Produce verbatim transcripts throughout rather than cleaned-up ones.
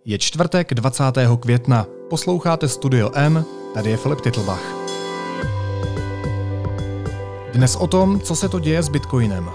Je čtvrtek dvacátého května. Posloucháte Studio M, tady je Filip Titlbach. Dnes o tom, co se to děje s Bitcoinem.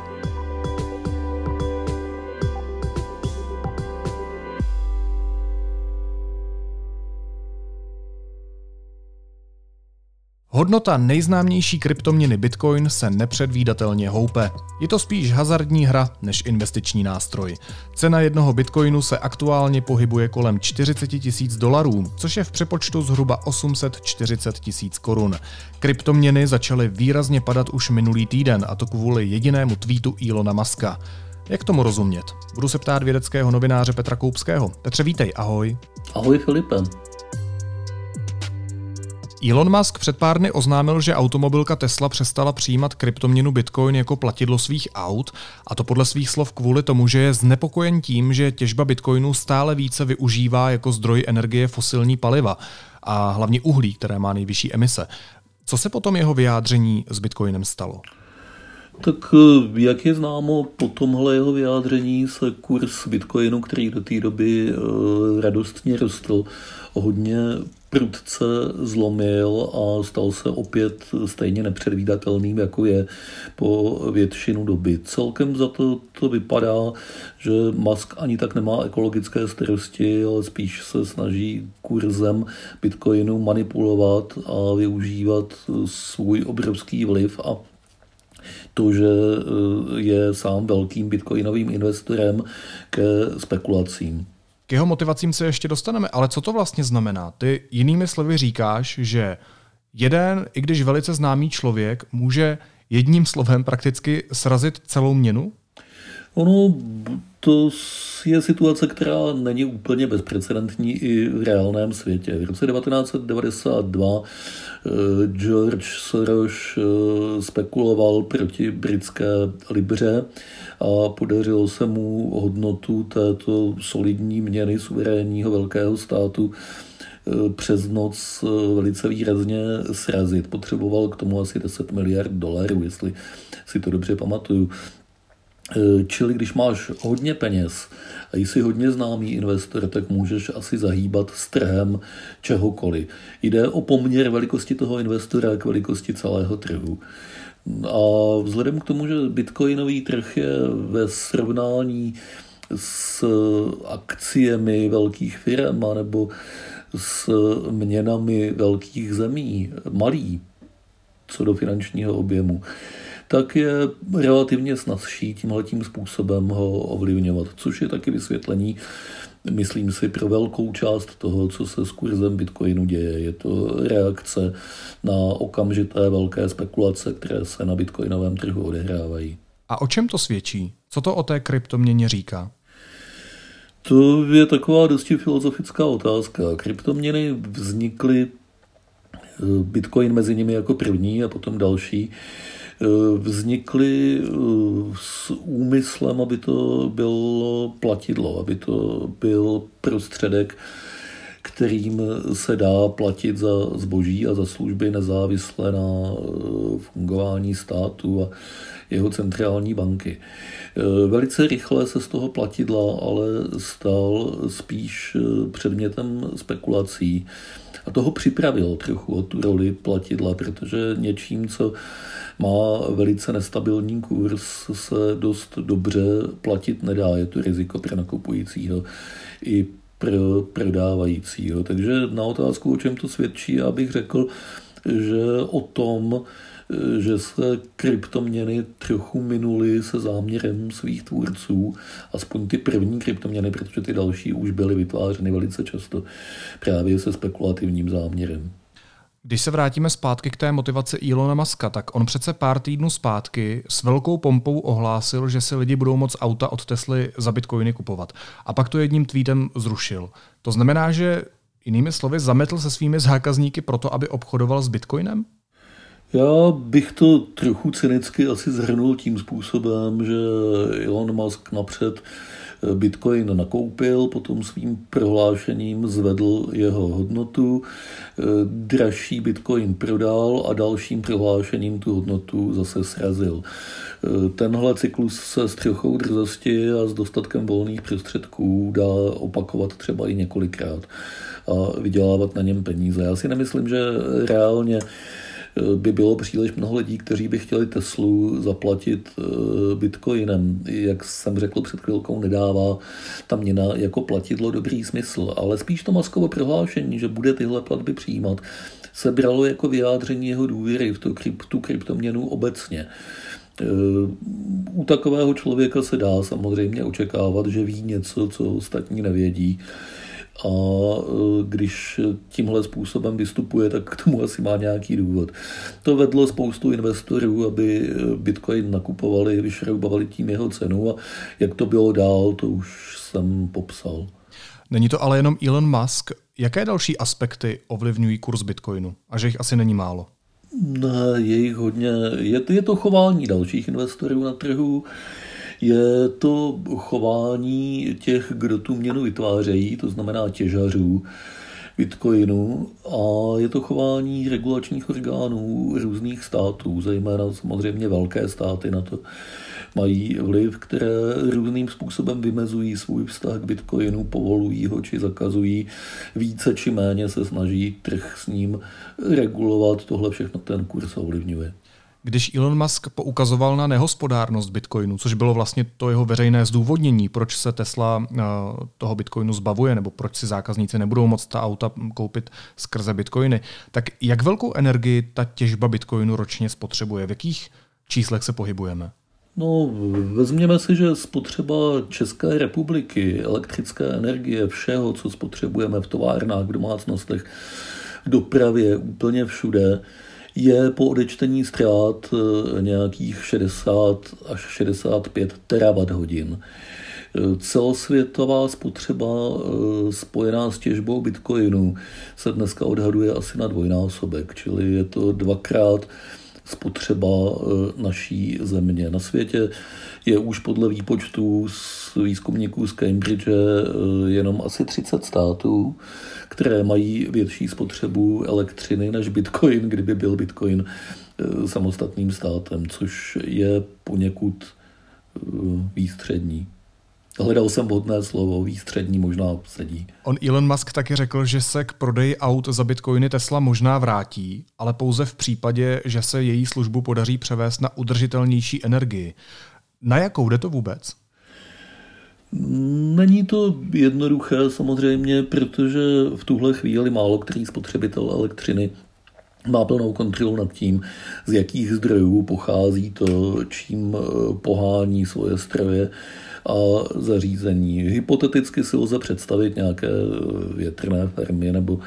Hodnota nejznámější kryptoměny Bitcoin se nepředvídatelně houpe. Je to spíš hazardní hra než investiční nástroj. Cena jednoho Bitcoinu se aktuálně pohybuje kolem čtyřicet tisíc dolarů, což je v přepočtu zhruba osm set čtyřicet tisíc korun. Kryptoměny začaly výrazně padat už minulý týden, a to kvůli jedinému tweetu Elona Muska. Jak tomu rozumět? Budu se ptát vědeckého novináře Petra Koupského. Petře, vítej, ahoj. Ahoj Filipe. Elon Musk před pár dny oznámil, že automobilka Tesla přestala přijímat kryptoměnu Bitcoin jako platidlo svých aut, a to podle svých slov kvůli tomu, že je znepokojen tím, že těžba Bitcoinu stále více využívá jako zdroj energie fosilní paliva a hlavně uhlí, které má nejvyšší emise. Co se potom jeho vyjádření s Bitcoinem stalo? Tak jak je známo, po tomhle jeho vyjádření se kurz Bitcoinu, který do té doby radostně rostl, hodně prudce zlomil a stal se opět stejně nepředvídatelným, jako je po většinu doby. Celkem za to, to vypadá, že Musk ani tak nemá ekologické starosti, ale spíš se snaží kurzem Bitcoinu manipulovat a využívat svůj obrovský vliv a to, že je sám velkým bitcoinovým investorem ke spekulacím. K jeho motivacím se ještě dostaneme, ale co to vlastně znamená? Ty jinými slovy říkáš, že jeden, i když velice známý člověk, může jedním slovem prakticky srazit celou měnu? Ono, to je situace, která není úplně bezprecedentní i v reálném světě. V roce devatenáct set devadesát dva George Soros spekuloval proti britské libře a podařilo se mu hodnotu této solidní měny suverénního velkého státu přes noc velice výrazně srazit. Potřeboval k tomu asi deset miliard dolarů, jestli si to dobře pamatuju. Čili když máš hodně peněz a jsi hodně známý investor, tak můžeš asi zahýbat s trhem čehokoliv. Jde o poměr velikosti toho investora k velikosti celého trhu. A vzhledem k tomu, že bitcoinový trh je ve srovnání s akciemi velkých firm nebo s měnami velkých zemí malý, co do finančního objemu, tak je relativně snazší tímhletím způsobem ho ovlivňovat, což je taky vysvětlení, myslím si, pro velkou část toho, co se s kurzem Bitcoinu děje. Je to reakce na okamžité velké spekulace, které se na bitcoinovém trhu odehrávají. A o čem to svědčí? Co to o té kryptoměně říká? To je taková dosti filozofická otázka. Kryptoměny vznikly, Bitcoin mezi nimi jako první a potom další, vznikly s úmyslem, aby to bylo platidlo, aby to byl prostředek, kterým se dá platit za zboží a za služby nezávisle na fungování státu a jeho centrální banky. Velice rychle se z toho platidla ale stal spíš předmětem spekulací a toho připravil trochu o tu roli platidla, protože něčím, co má velice nestabilní kurz, se dost dobře platit nedá. Je to riziko pro nakupujícího i pro prodávajícího. Takže na otázku, o čem to svědčí, já bych řekl, že o tom, že se kryptoměny trochu minuly se záměrem svých tvůrců, aspoň ty první kryptoměny, protože ty další už byly vytvářeny velice často právě se spekulativním záměrem. Když se vrátíme zpátky k té motivaci Elona Muska, tak on přece pár týdnů zpátky s velkou pompou ohlásil, že si lidi budou moct auta od Tesly za bitcoiny kupovat. A pak to jedním tweetem zrušil. To znamená, že jinými slovy zametl se svými zákazníky proto, aby obchodoval s bitcoinem? Já bych to trochu cynicky asi zhrnul tím způsobem, že Elon Musk napřed Bitcoin nakoupil, potom svým prohlášením zvedl jeho hodnotu, dražší Bitcoin prodal a dalším prohlášením tu hodnotu zase srazil. Tenhle cyklus se s trochou drzosti a s dostatkem volných prostředků dá opakovat třeba i několikrát a vydělávat na něm peníze. Já si nemyslím, že reálně by bylo příliš mnoho lidí, kteří by chtěli Teslu zaplatit bitcoinem. Jak jsem řekl před chvilkou, nedává ta měna jako platidlo dobrý smysl, ale spíš to Muskovo prohlášení, že bude tyhle platby přijímat, se bralo jako vyjádření jeho důvěry v tu, krypt, tu kryptoměnu obecně. U takového člověka se dá samozřejmě očekávat, že ví něco, co ostatní nevědí. A když tímhle způsobem vystupuje, tak k tomu asi má nějaký důvod. To vedlo spoustu investorů, aby Bitcoin nakupovali, vyšroubovali tím jeho cenu a jak to bylo dál, to už jsem popsal. Není to ale jenom Elon Musk. Jaké další aspekty ovlivňují kurz Bitcoinu? A že jich asi není málo. Ne, je jich hodně. Je, je to chování dalších investorů na trhu, je to chování těch, kdo tu měnu vytvářejí, to znamená těžařů Bitcoinu, a je to chování regulačních orgánů různých států, zejména samozřejmě velké státy na to mají vliv, které různým způsobem vymezují svůj vztah k Bitcoinu, povolují ho či zakazují, více či méně se snaží trh s ním regulovat, tohle všechno ten kurz ovlivňuje. Když Elon Musk poukazoval na nehospodárnost Bitcoinu, což bylo vlastně to jeho veřejné zdůvodnění, proč se Tesla toho Bitcoinu zbavuje, nebo proč si zákazníci nebudou moct ta auta koupit skrze Bitcoiny, tak jak velkou energii ta těžba Bitcoinu ročně spotřebuje? V jakých číslech se pohybujeme? No, vezměme si, že spotřeba České republiky, elektrické energie, všeho, co spotřebujeme v továrnách, v domácnostech, v dopravě, úplně všude, je po odečtení ztrát nějakých šedesát až šedesát pět terawatt hodin. Celosvětová spotřeba spojená s těžbou Bitcoinu se dneska odhaduje asi na dvojnásobek, čili je to dvakrát spotřeba naší země. Na světě je už podle výpočtů z výzkumníků z Cambridge jenom asi třicet států, které mají větší spotřebu elektřiny než Bitcoin, kdyby byl Bitcoin samostatným státem, což je poněkud výstřední. Hledal jsem vhodné slovo, výstřední možná sedí. On Elon Musk taky řekl, že se k prodeji aut za bitcoiny Tesla možná vrátí, ale pouze v případě, že se její službu podaří převést na udržitelnější energii. Na jakou jde to vůbec? Není to jednoduché samozřejmě, protože v tuhle chvíli málo který spotřebitel elektřiny má plnou kontrolu nad tím, z jakých zdrojů pochází to, čím pohání svoje stroje a zařízení. Hypoteticky si lze představit nějaké větrné farmy nebo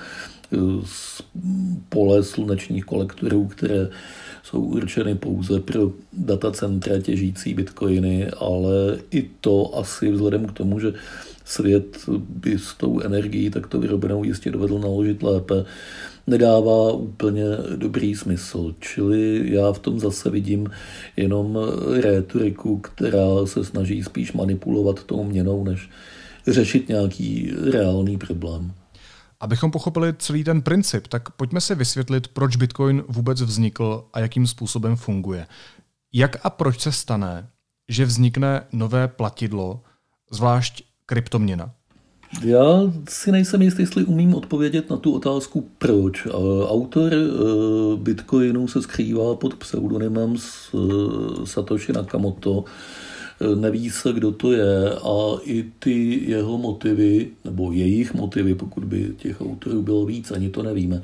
pole slunečních kolektorů, které jsou určeny pouze pro datacentra těžící bitcoiny, ale i to asi vzhledem k tomu, že svět by s tou energií takto vyrobenou jistě dovedl naložit lépe, nedává úplně dobrý smysl. Čili já v tom zase vidím jenom rétoriku, která se snaží spíš manipulovat tou měnou, než řešit nějaký reálný problém. Abychom pochopili celý ten princip, tak pojďme si vysvětlit, proč Bitcoin vůbec vznikl a jakým způsobem funguje. Jak a proč se stane, že vznikne nové platidlo, zvlášť kryptoměna? Já si nejsem jistý, jestli umím odpovědět na tu otázku proč. Autor Bitcoinu se skrývá pod pseudonymem Satoshi Nakamoto. Neví se, kdo to je, a i ty jeho motivy, nebo jejich motivy, pokud by těch autorů bylo víc, ani to nevíme,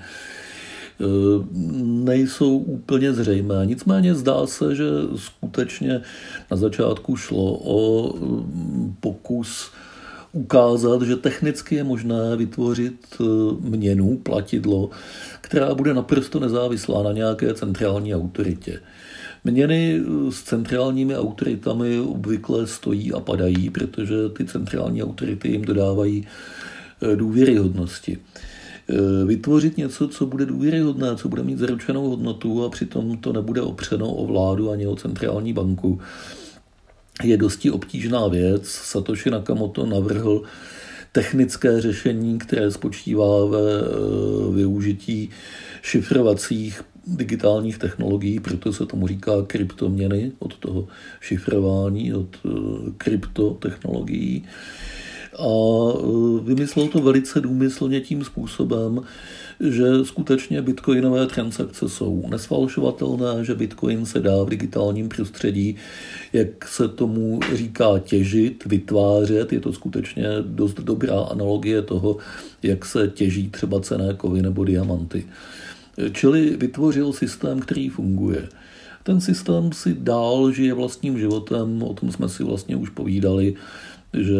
nejsou úplně zřejmé. Nicméně zdá se, že skutečně na začátku šlo o pokus ukázat, že technicky je možné vytvořit měnu, platidlo, která bude naprosto nezávislá na nějaké centrální autoritě. Měny s centrálními autoritami obvykle stojí a padají, protože ty centrální autority jim dodávají důvěryhodnosti. Vytvořit něco, co bude důvěryhodné, co bude mít zaručenou hodnotu a přitom to nebude opřeno o vládu ani o centrální banku, je dosti obtížná věc. Satoshi Nakamoto navrhl technické řešení, které spočívá ve využití šifrovacích digitálních technologií, proto se tomu říká kryptoměny, od toho šifrování, od kryptotechnologií. A vymyslel to velice důmyslně tím způsobem, že skutečně bitcoinové transakce jsou nesfalšovatelné, že bitcoin se dá v digitálním prostředí, jak se tomu říká, těžit, vytvářet. Je to skutečně dost dobrá analogie toho, jak se těží třeba cenné kovy nebo diamanty. Čili vytvořil systém, který funguje. Ten systém si dál žije vlastním životem, o tom jsme si vlastně už povídali, že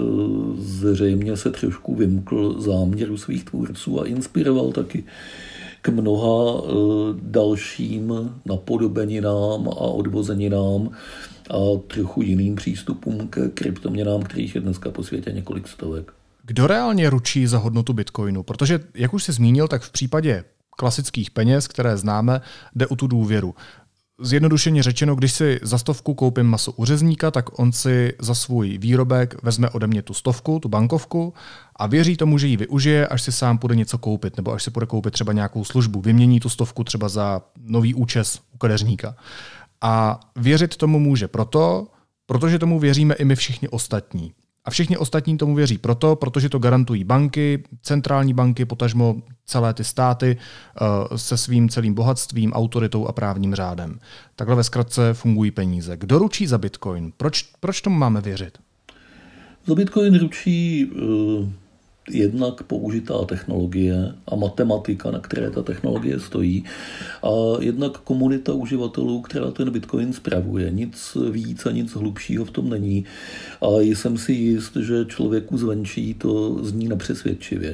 zřejmě se trošku vymkl záměru svých tvůrců a inspiroval taky k mnoha dalším napodobeninám a odvozeninám a trochu jiným přístupům k kryptoměnám, kterých je dneska po světě několik stovek. Kdo reálně ručí za hodnotu bitcoinu? Protože, jak už jsi zmínil, tak v případě klasických peněz, které známe, jde o tu důvěru. Zjednodušeně řečeno, když si za stovku koupím maso u řezníka, tak on si za svůj výrobek vezme ode mě tu stovku, tu bankovku a věří tomu, že ji využije, až si sám půjde něco koupit, nebo až si půjde koupit třeba nějakou službu. Vymění tu stovku třeba za nový účes u kadeřníka. A věřit tomu může proto, protože tomu věříme i my všichni ostatní. A všichni ostatní tomu věří proto, protože to garantují banky, centrální banky, potažmo celé ty státy se svým celým bohatstvím, autoritou a právním řádem. Takhle ve zkratce fungují peníze. Kdo ručí za Bitcoin? Proč, proč tomu máme věřit? Za Bitcoin ručí uh, jednak použitá technologie a matematika, na které ta technologie stojí, a jednak komunita uživatelů, která ten Bitcoin spravuje. Nic víc a nic hlubšího v tom není. A jsem si jist, že člověku zvenčí to zní nepřesvědčivě.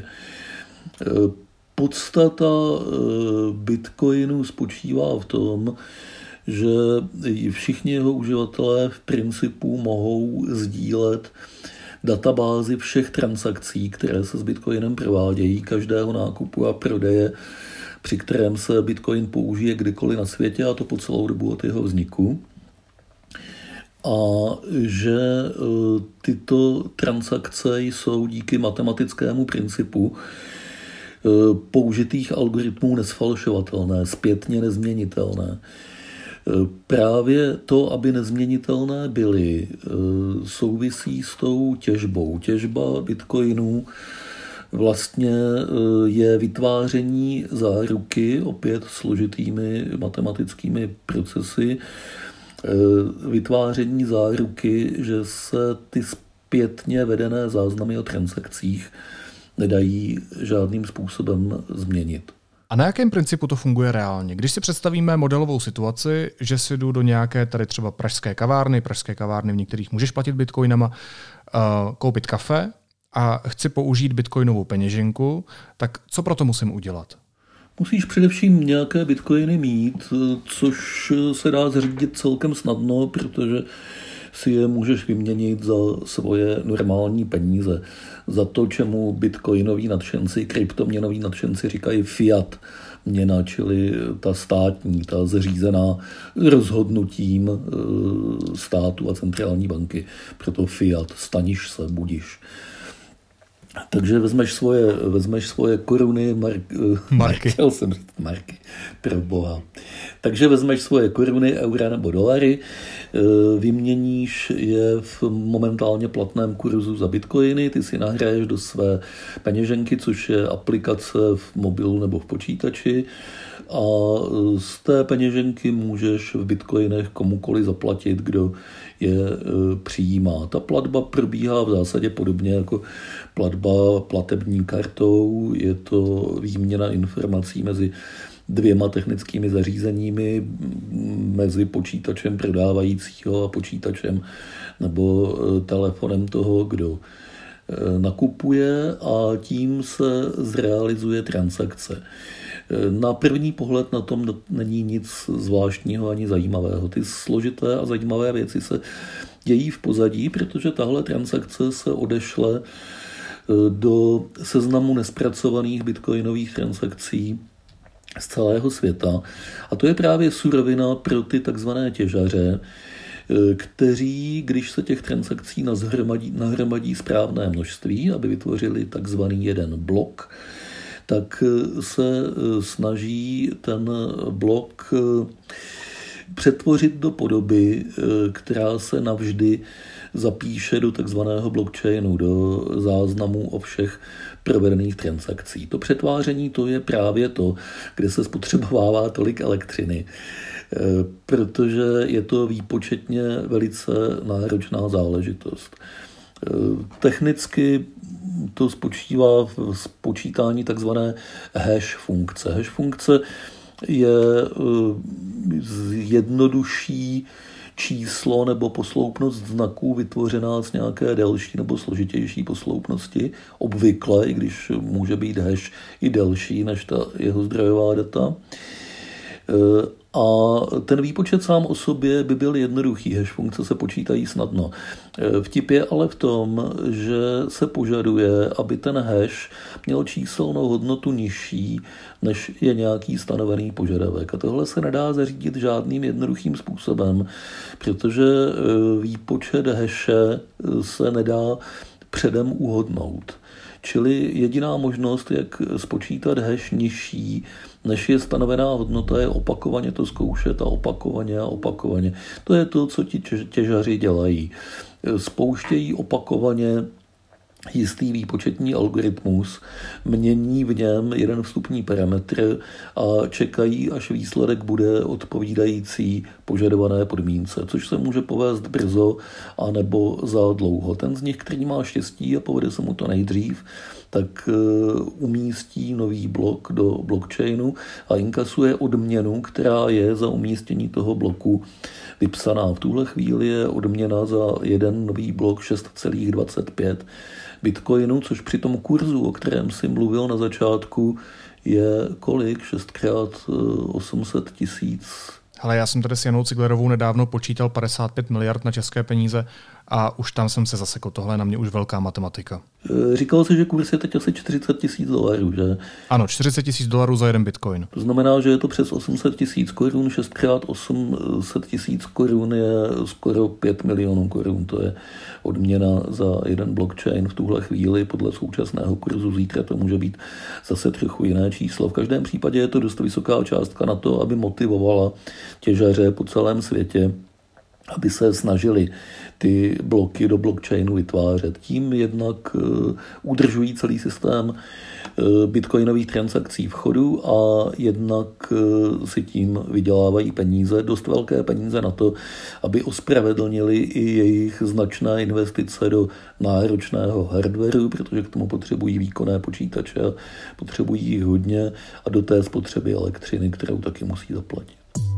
Podstata Bitcoinu spočívá v tom, že všichni jeho uživatelé v principu mohou sdílet databázi všech transakcí, které se s Bitcoinem provádějí, každého nákupu a prodeje, při kterém se Bitcoin použije kdykoliv na světě, a to po celou dobu od jeho vzniku. A že tyto transakce jsou díky matematickému principu použitých algoritmů nesfalšovatelné, zpětně nezměnitelné. Právě to, aby nezměnitelné byly, souvisí s tou těžbou. Těžba bitcoinů vlastně je vytváření záruky, opět složitými matematickými procesy, vytváření záruky, že se ty zpětně vedené záznamy o transakcích nedají žádným způsobem změnit. A na jakém principu to funguje reálně? Když si představíme modelovou situaci, že si jdu do nějaké tady třeba pražské kavárny, pražské kavárny, v některých můžeš platit bitcoinama, uh, koupit kafe a chci použít bitcoinovou peněženku, tak co pro to musím udělat? Musíš především nějaké bitcoiny mít, což se dá zařídit celkem snadno, protože si je můžeš vyměnit za svoje normální peníze. Za to, čemu bitcoinoví nadšenci, kryptoměnoví nadšenci říkají fiat měna, čili ta státní, ta zřízená rozhodnutím státu a centrální banky. Proto fiat, staniš se, budiš. Takže vezmeš svoje, vezmeš svoje koruny, mark, marky. Chtěl jsem říct marky, pro boha. Takže vezmeš svoje koruny, eura nebo dolary, vyměníš je v momentálně platném kurzu za bitcoiny, ty si nahraješ do své peněženky, což je aplikace v mobilu nebo v počítači, a z té peněženky můžeš v bitcoinech komukoli zaplatit, kdo je přijímá. Ta platba probíhá v zásadě podobně jako platba platební kartou. Je to výměna informací mezi dvěma technickými zařízeními, mezi počítačem prodávajícího a počítačem nebo telefonem toho, kdo nakupuje, a tím se zrealizuje transakce. Na první pohled na tom není nic zvláštního ani zajímavého. Ty složité a zajímavé věci se dějí v pozadí, protože tahle transakce se odešle do seznamu nespracovaných bitcoinových transakcí z celého světa. A to je právě surovina pro ty takzvané těžaře, kteří, když se těch transakcí nahromadí, nahromadí správné množství, aby vytvořili takzvaný jeden blok, tak se snaží ten blok přetvořit do podoby, která se navždy zapíše do takzvaného blockchainu, do záznamu o všech provedených transakcí. To přetváření to je právě to, kde se spotřebovává tolik elektřiny, protože je to výpočetně velice náročná záležitost. Technicky to spočívá v spočítání takzvané hash funkce. Hash funkce je jednodušší číslo nebo posloupnost znaků vytvořená z nějaké delší nebo složitější posloupnosti, obvykle, i když může být hash i delší než ta jeho zdrojová data. A ten výpočet sám o sobě by byl jednoduchý, hash funkce se počítají snadno. Vtip je ale v tom, že se požaduje, aby ten hash měl číselnou hodnotu nižší, než je nějaký stanovený požadavek. A tohle se nedá zařídit žádným jednoduchým způsobem, protože výpočet hashe se nedá předem uhodnout. Čili jediná možnost, jak spočítat hash nižší, než je stanovená hodnota, je opakovaně to zkoušet a opakovaně a opakovaně. To je to, co ti těžaři dělají. Spouštějí opakovaně jistý výpočetní algoritmus, mění v něm jeden vstupní parametr a čekají, až výsledek bude odpovídající požadované podmínce, což se může povést brzo anebo za dlouho. Ten z nich, který má štěstí a povede se mu to nejdřív, tak umístí nový blok do blockchainu a inkasuje odměnu, která je za umístění toho bloku vypsaná. V tuhle chvíli je odměna za jeden nový blok šest celá dvacet pět bitcoinů, což při tom kurzu, o kterém si mluvil na začátku, je kolik? šest krát osm set tisíc. Ale já jsem tady s Janou Ciglerovou nedávno počítal padesát pět miliard na české peníze a už tam jsem se zasekl. Tohle je na mě už velká matematika. Říkal jsi, že kurz je teď asi čtyřicet tisíc dolarů, že? Ano, čtyřicet tisíc dolarů za jeden bitcoin. To znamená, že je to přes osm set tisíc korun, šest krát osm set tisíc korun je skoro pět milionů korun. To je odměna za jeden blockchain v tuhle chvíli. Podle současného kurzu zítra to může být zase trochu jiné číslo. V každém případě je to dost vysoká částka na to, aby motivovala těžaře po celém světě, aby se snažili ty bloky do blockchainu vytvářet. Tím jednak udržují celý systém bitcoinových transakcí v chodu a jednak si tím vydělávají peníze, dost velké peníze na to, aby ospravedlnili i jejich značné investice do náročného hardwareu, protože k tomu potřebují výkonné počítače, potřebují jich hodně a do té spotřeby elektřiny, kterou taky musí zaplatit.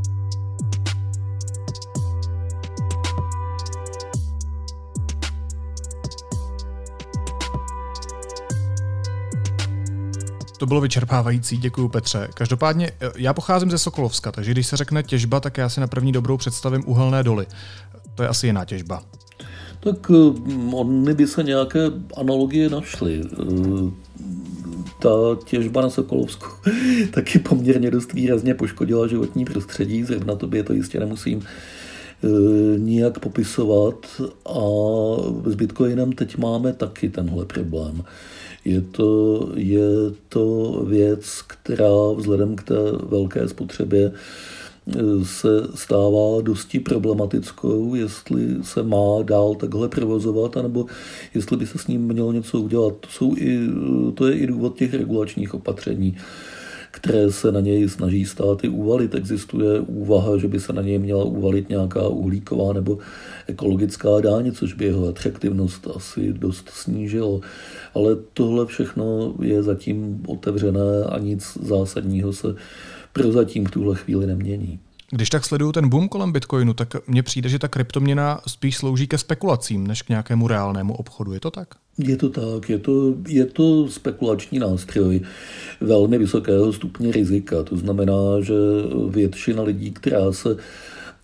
To bylo vyčerpávající, děkuju Petře. Každopádně já pocházím ze Sokolovska, takže když se řekne těžba, tak já si na první dobrou představím uhelné doly. To je asi jiná těžba. Tak ony by se nějaké analogie našly. Ta těžba na Sokolovsku taky poměrně dost výrazně poškodila životní prostředí, zrovna tobě to jistě nemusím nijak popisovat a s Bitcoinem teď máme taky tenhle problém. Je to, je to věc, která vzhledem k té velké spotřebě se stává dosti problematickou, jestli se má dál takhle provozovat, anebo jestli by se s ním mělo něco udělat. To, jsou i, to je i důvod těch regulačních opatření, které se na něj snaží státy uvalit. Existuje úvaha, že by se na něj měla uvalit nějaká uhlíková nebo ekologická daň, což by jeho atraktivnost asi dost snížilo. Ale tohle všechno je zatím otevřené a nic zásadního se prozatím v tuhle chvíli nemění. Když tak sleduju ten boom kolem Bitcoinu, tak mně přijde, že ta kryptoměna spíš slouží ke spekulacím, než k nějakému reálnému obchodu. Je to tak? Je to tak. Je to, je to spekulační nástroj velmi vysokého stupně rizika. To znamená, že většina lidí, která se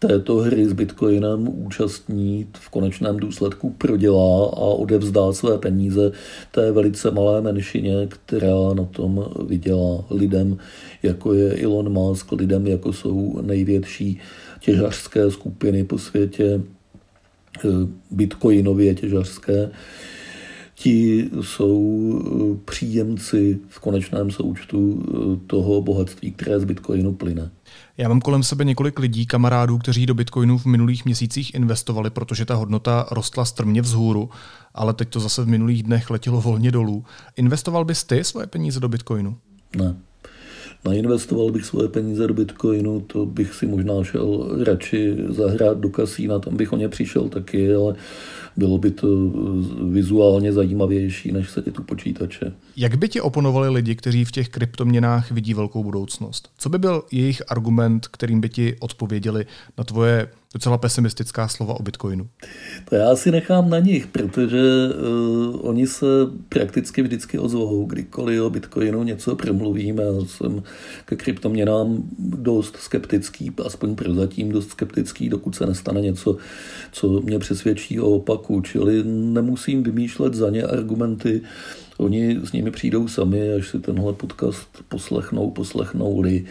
této hry s bitcoinem účastní, v konečném důsledku prodělá a odevzdá své peníze té velice malé menšině, která na tom vydělá, lidem, jako je Elon Musk, lidem, jako jsou největší těžařské skupiny po světě, bitcoinově těžařské. Ti jsou příjemci v konečném součtu toho bohatství, které z bitcoinu plyne. Já mám kolem sebe několik lidí, kamarádů, kteří do bitcoinu v minulých měsících investovali, protože ta hodnota rostla strmě vzhůru, ale teď to zase v minulých dnech letělo volně dolů. Investoval bys ty svoje peníze do bitcoinu? Ne. Nainvestoval bych svoje peníze do bitcoinu, to bych si možná šel radši zahrát do kasína, tam bych o ně přišel taky, ale bylo by to vizuálně zajímavější než sedět u počítače. Jak by ti oponovali lidi, kteří v těch kryptoměnách vidí velkou budoucnost? Co by byl jejich argument, kterým by ti odpověděli na tvoje docela pesimistická slova o bitcoinu? To já si nechám na nich, protože uh, oni se prakticky vždycky ozvou, kdykoliv o bitcoinu něco promluvím. Já jsem ke kryptoměnám dost skeptický, aspoň prozatím dost skeptický, dokud se nestane něco, co mě přesvědčí o opaku. Čili nemusím vymýšlet za ně argumenty, oni s nimi přijdou sami, až si tenhle podcast poslechnou, poslechnou-li.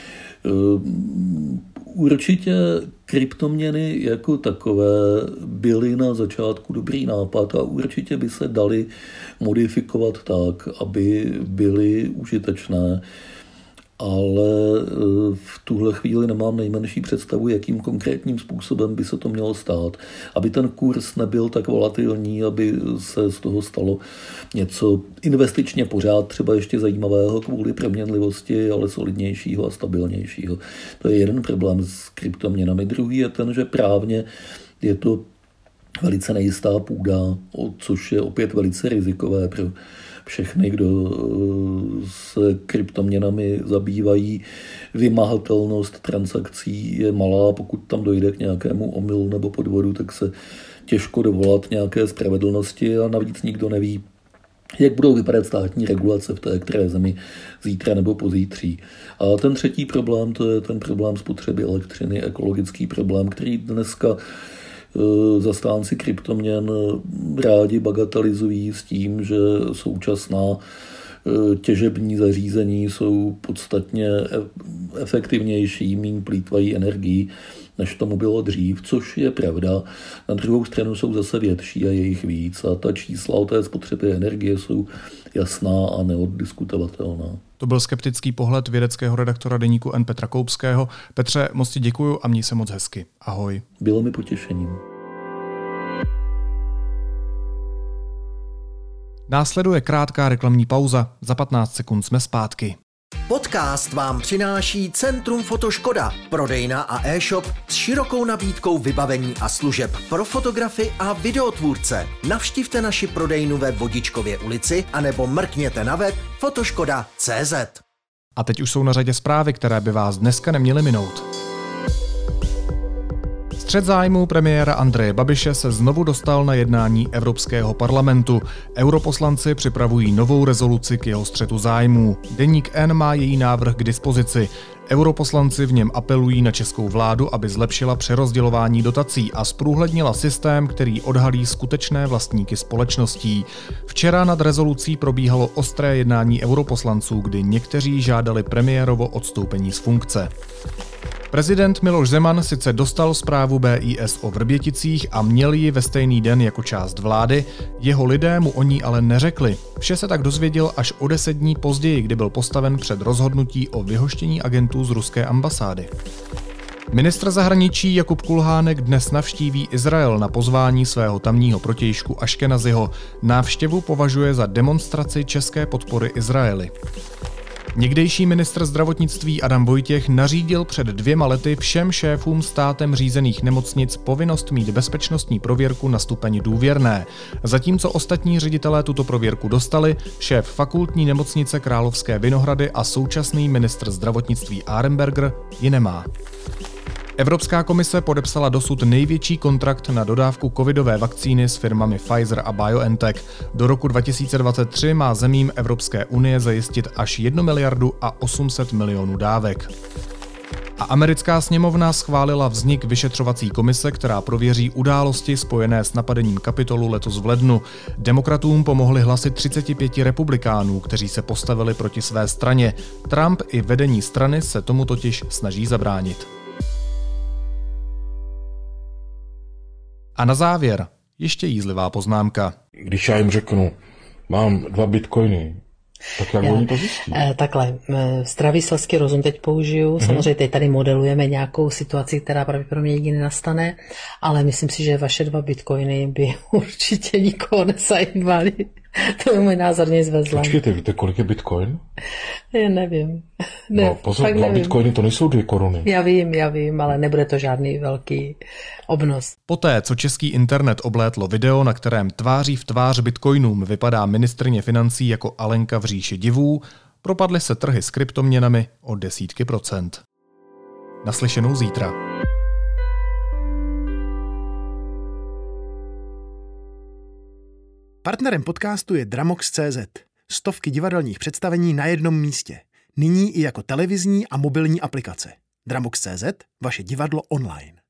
Určitě kryptoměny jako takové byly na začátku dobrý nápad a určitě by se daly modifikovat tak, aby byly užitečné, ale v tuhle chvíli nemám nejmenší představu, jakým konkrétním způsobem by se to mělo stát, aby ten kurz nebyl tak volatilní, aby se z toho stalo něco investičně pořád třeba ještě zajímavého kvůli proměnlivosti, ale solidnějšího a stabilnějšího. To je jeden problém s kryptoměnami. Druhý je ten, že právně je to velice nejistá půda, což je opět velice rizikové pro všechny, kdo se kryptoměnami zabývají. Vymahatelnost transakcí je malá, pokud tam dojde k nějakému omylu nebo podvodu, tak se těžko dovolat nějaké spravedlnosti a navíc nikdo neví, jak budou vypadat státní regulace v té které zemi zítra nebo pozítří. A ten třetí problém, to je ten problém spotřeby elektřiny, ekologický problém, který dneska zastánci kryptoměn rádi bagatelizují s tím, že současná těžební zařízení jsou podstatně efektivnější, méně plýtvají energií, než tomu bylo dřív, což je pravda. Na druhou stranu jsou zase větší a je jich víc a ta čísla o té spotřeby energie jsou jasná a neoddiskutovatelná. To byl skeptický pohled vědeckého redaktora deníku N Petra Koupského. Petře, moc ti děkuju a měj se moc hezky. Ahoj. Bylo mi potěšením. Následuje krátká reklamní pauza. Za patnáct sekund jsme zpátky. Podcast vám přináší Centrum Fotoškoda, prodejna a e-shop s širokou nabídkou vybavení a služeb pro fotografy a videotvůrce. Navštivte naši prodejnu ve Vodičkově ulici anebo mrkněte na web fotoškoda tečka cé zet. A teď už jsou na řadě zprávy, které by vás dneska neměly minout. Střet zájmů premiéra Andreje Babiše se znovu dostal na jednání Evropského parlamentu. Europoslanci připravují novou rezoluci k jeho střetu zájmů. Deník N má její návrh k dispozici. Europoslanci v něm apelují na českou vládu, aby zlepšila přerozdělování dotací a zprůhlednila systém, který odhalí skutečné vlastníky společností. Včera nad rezolucí probíhalo ostré jednání europoslanců, kdy někteří žádali premiérovo odstoupení z funkce. Prezident Miloš Zeman sice dostal zprávu B I S o Vrběticích a měl ji ve stejný den jako část vlády, jeho lidé mu o ní ale neřekli. Vše se tak dozvěděl až o deset dní později, kdy byl postaven před rozhodnutí o vyhoštění agentů z ruské ambasády. Ministr zahraničí Jakub Kulhánek dnes navštíví Izrael na pozvání svého tamního protějšku Aškenaziho. Návštěvu považuje za demonstraci české podpory Izraeli. Někdejší ministr zdravotnictví Adam Vojtěch nařídil před dvěma lety všem šéfům státem řízených nemocnic povinnost mít bezpečnostní prověrku na stupeň důvěrné. Zatímco ostatní ředitelé tuto prověrku dostali, šéf fakultní nemocnice Královské Vinohrady a současný ministr zdravotnictví Arenberger ji nemá. Evropská komise podepsala dosud největší kontrakt na dodávku covidové vakcíny s firmami Pfizer a BioNTech. Do roku dva tisíce dvacet tři má zemím Evropské unie zajistit až jednu miliardu a osm set milionů dávek. A americká sněmovna schválila vznik vyšetřovací komise, která prověří události spojené s napadením Kapitolu letos v lednu. Demokratům pomohli hlasy třicet pět republikánů, kteří se postavili proti své straně. Trump i vedení strany se tomu totiž snaží zabránit. A na závěr ještě jízlivá poznámka. Když já jim řeknu, mám dva bitcoiny, tak jak Já, oni to zjistí? Eh, takhle, eh, zdravý selský rozum teď použiju. Mm-hmm. Samozřejmě teď tady modelujeme nějakou situaci, která pravděpodobně nikdy nenastane, ale myslím si, že vaše dva bitcoiny by určitě nikoho nezajímaly. To je můj názor, nic ve zlém. Počkejte, víte, kolik je bitcoin? Já nevím. Ne, no pozor, dva nevím. Bitcoiny to nejsou dvě koruny. Já vím, já vím, ale nebude to žádný velký obnos. Poté, co český internet oblétlo video, na kterém tváří v tvář bitcoinům vypadá ministryně financí jako Alenka v říši divů, propadly se trhy s kryptoměnami o desítky procent. Naslyšenou zítra. Partnerem podcastu je Dramox tečka cé zet. Stovky divadelních představení na jednom místě. Nyní i jako televizní a mobilní aplikace. Dramox tečka cé zet, vaše divadlo online.